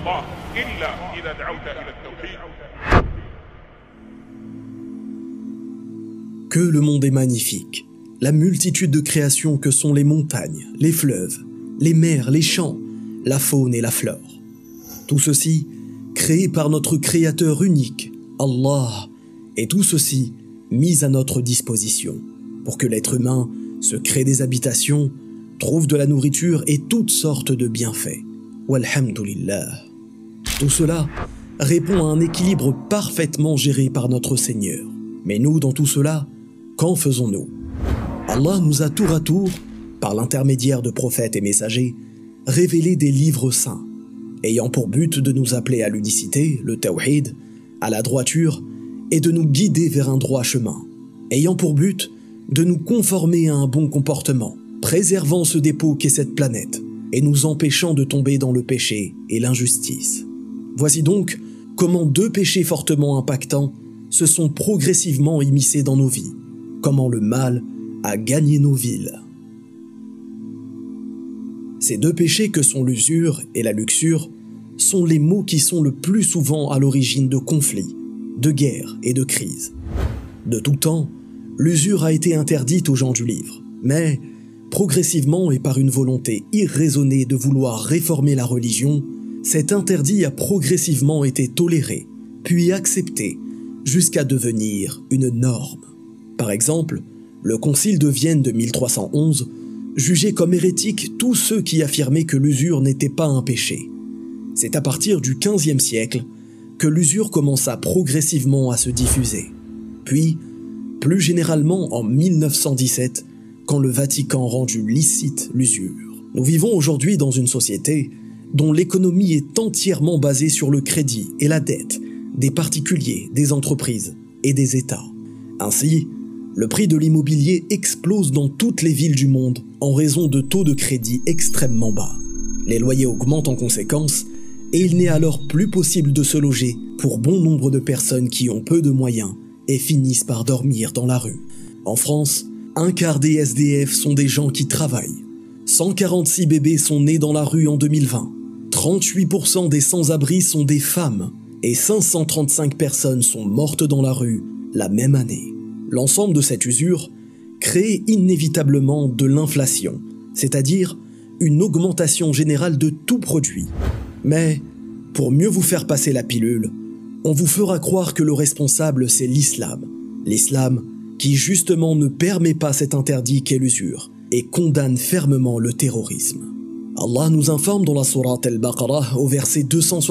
الله إلا إذا دعوت إلى التوحيد. Que le monde est magnifique, la multitude de créations que sont les montagnes, les fleuves, les mers, les champs, la faune et la flore. Tout ceci créé par notre Créateur unique, Allah, et tout ceci mis à notre disposition pour que l'être humain se crée des habitations, trouve de la nourriture et toutes sortes de bienfaits. Walhamdulillah. Tout cela répond à un équilibre parfaitement géré par notre Seigneur. Mais nous, dans tout cela, qu'en faisons-nous? Allah nous a tour à tour, par l'intermédiaire de prophètes et messagers, révélé des livres saints, ayant pour but de nous appeler à l'unicité, le tawhid, à la droiture, et de nous guider vers un droit chemin, ayant pour but de nous conformer à un bon comportement, préservant ce dépôt qu'est cette planète, et nous empêchant de tomber dans le péché et l'injustice. Voici donc comment deux péchés fortement impactants se sont progressivement immiscés dans nos vies, comment le mal a gagné nos villes. Ces deux péchés que sont l'usure et la luxure sont les maux qui sont le plus souvent à l'origine de conflits, de guerres et de crises. De tout temps, l'usure a été interdite aux gens du livre, mais progressivement et par une volonté irraisonnée de vouloir réformer la religion, cet interdit a progressivement été toléré, puis accepté, jusqu'à devenir une norme. Par exemple, le Concile de Vienne de 1311 jugeait comme hérétiques tous ceux qui affirmaient que l'usure n'était pas un péché. C'est à partir du XVe siècle que l'usure commença progressivement à se diffuser. Puis, plus généralement en 1917, quand le Vatican rendit licite l'usure. Nous vivons aujourd'hui dans une société dont l'économie est entièrement basée sur le crédit et la dette des particuliers, des entreprises et des États. Ainsi, le prix de l'immobilier explose dans toutes les villes du monde en raison de taux de crédit extrêmement bas. Les loyers augmentent en conséquence et il n'est alors plus possible de se loger pour bon nombre de personnes qui ont peu de moyens et finissent par dormir dans la rue. En France, un quart des SDF sont des gens qui travaillent. 146 bébés sont nés dans la rue en 2020. 38% des sans-abri sont des femmes et 535 personnes sont mortes dans la rue la même année. L'ensemble de cette usure crée inévitablement de l'inflation, c'est-à-dire une augmentation générale de tout produit. Mais, pour mieux vous faire passer la pilule, on vous fera croire que le responsable c'est l'islam. L'islam qui justement ne permet pas cet interdit qu'est l'usure et condamne fermement le terrorisme. Allah nous informe dans la sourate Al-Baqarah au verset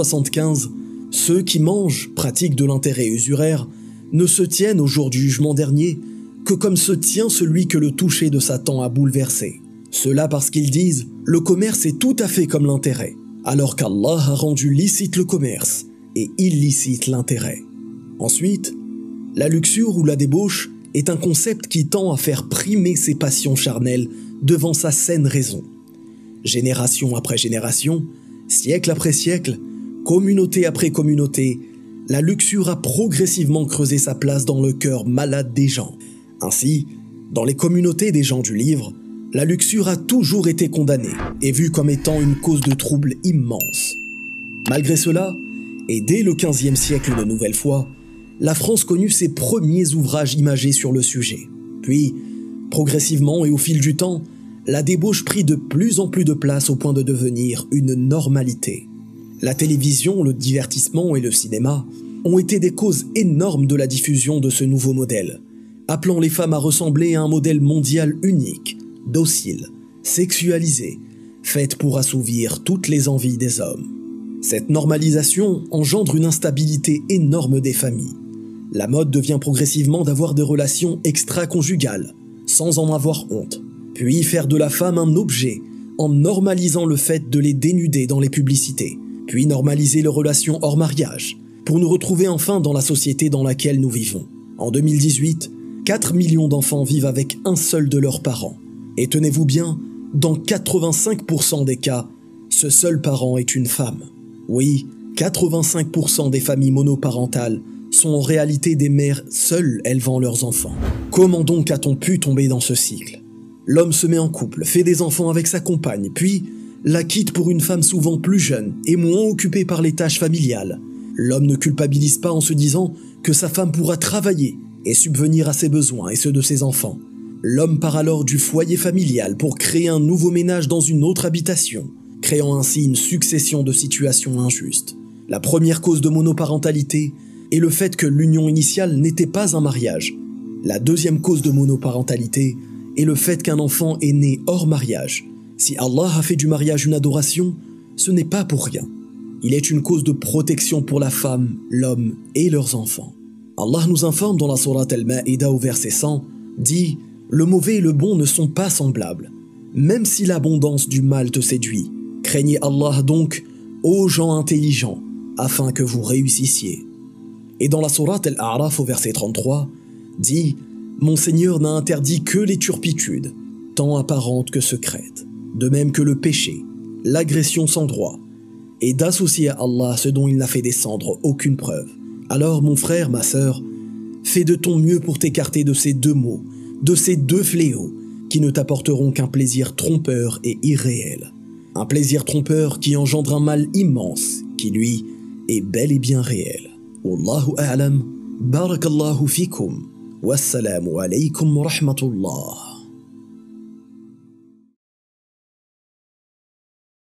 275 « Ceux qui mangent, pratiquent de l'intérêt usuraire, ne se tiennent au jour du jugement dernier que comme se tient celui que le toucher de Satan a bouleversé. Cela parce qu'ils disent « Le commerce est tout à fait comme l'intérêt », alors qu'Allah a rendu licite le commerce et illicite l'intérêt. Ensuite, la luxure ou la débauche est un concept qui tend à faire primer ses passions charnelles devant sa saine raison. Génération après génération, siècle après siècle, communauté après communauté, la luxure a progressivement creusé sa place dans le cœur malade des gens. Ainsi, dans les communautés des gens du livre, la luxure a toujours été condamnée et vue comme étant une cause de troubles immense. Malgré cela, et dès le XVe siècle une nouvelle fois, la France connut ses premiers ouvrages imagés sur le sujet. Puis, progressivement et au fil du temps, la débauche prit de plus en plus de place au point de devenir une normalité. La télévision, le divertissement et le cinéma ont été des causes énormes de la diffusion de ce nouveau modèle, appelant les femmes à ressembler à un modèle mondial unique, docile, sexualisé, faite pour assouvir toutes les envies des hommes. Cette normalisation engendre une instabilité énorme des familles. La mode devient progressivement d'avoir des relations extra-conjugales, sans en avoir honte, puis faire de la femme un objet en normalisant le fait de les dénuder dans les publicités, puis normaliser les relations hors mariage, pour nous retrouver enfin dans la société dans laquelle nous vivons. En 2018, 4 millions d'enfants vivent avec un seul de leurs parents. Et tenez-vous bien, dans 85% des cas, ce seul parent est une femme. Oui, 85% des familles monoparentales sont en réalité des mères seules élevant leurs enfants. Comment donc a-t-on pu tomber dans ce cycle? L'homme se met en couple, fait des enfants avec sa compagne, puis la quitte pour une femme souvent plus jeune et moins occupée par les tâches familiales. L'homme ne culpabilise pas en se disant que sa femme pourra travailler et subvenir à ses besoins et ceux de ses enfants. L'homme part alors du foyer familial pour créer un nouveau ménage dans une autre habitation, créant ainsi une succession de situations injustes. La première cause de monoparentalité est le fait que l'union initiale n'était pas un mariage. La deuxième cause de monoparentalité est le fait qu'un enfant est né hors mariage. Si Allah a fait du mariage une adoration, ce n'est pas pour rien. Il est une cause de protection pour la femme, l'homme et leurs enfants. Allah nous informe dans la sourate Al-Ma'ida au verset 100, dit « Le mauvais et le bon ne sont pas semblables, même si l'abondance du mal te séduit. Craignez Allah donc, ô gens intelligents, afin que vous réussissiez. » Et dans la sourate Al-A'raf au verset 33, dit « Mon Seigneur n'a interdit que les turpitudes, tant apparentes que secrètes, de même que le péché, l'agression sans droit, et d'associer à Allah ce dont il n'a fait descendre aucune preuve. Alors mon frère, ma sœur, fais de ton mieux pour t'écarter de ces deux maux, de ces deux fléaux, qui ne t'apporteront qu'un plaisir trompeur et irréel. Un plaisir trompeur qui engendre un mal immense, qui lui est bel et bien réel. Wallahu a'lam, barakallahu fikum, wassalamu alaykum wa rahmatullah.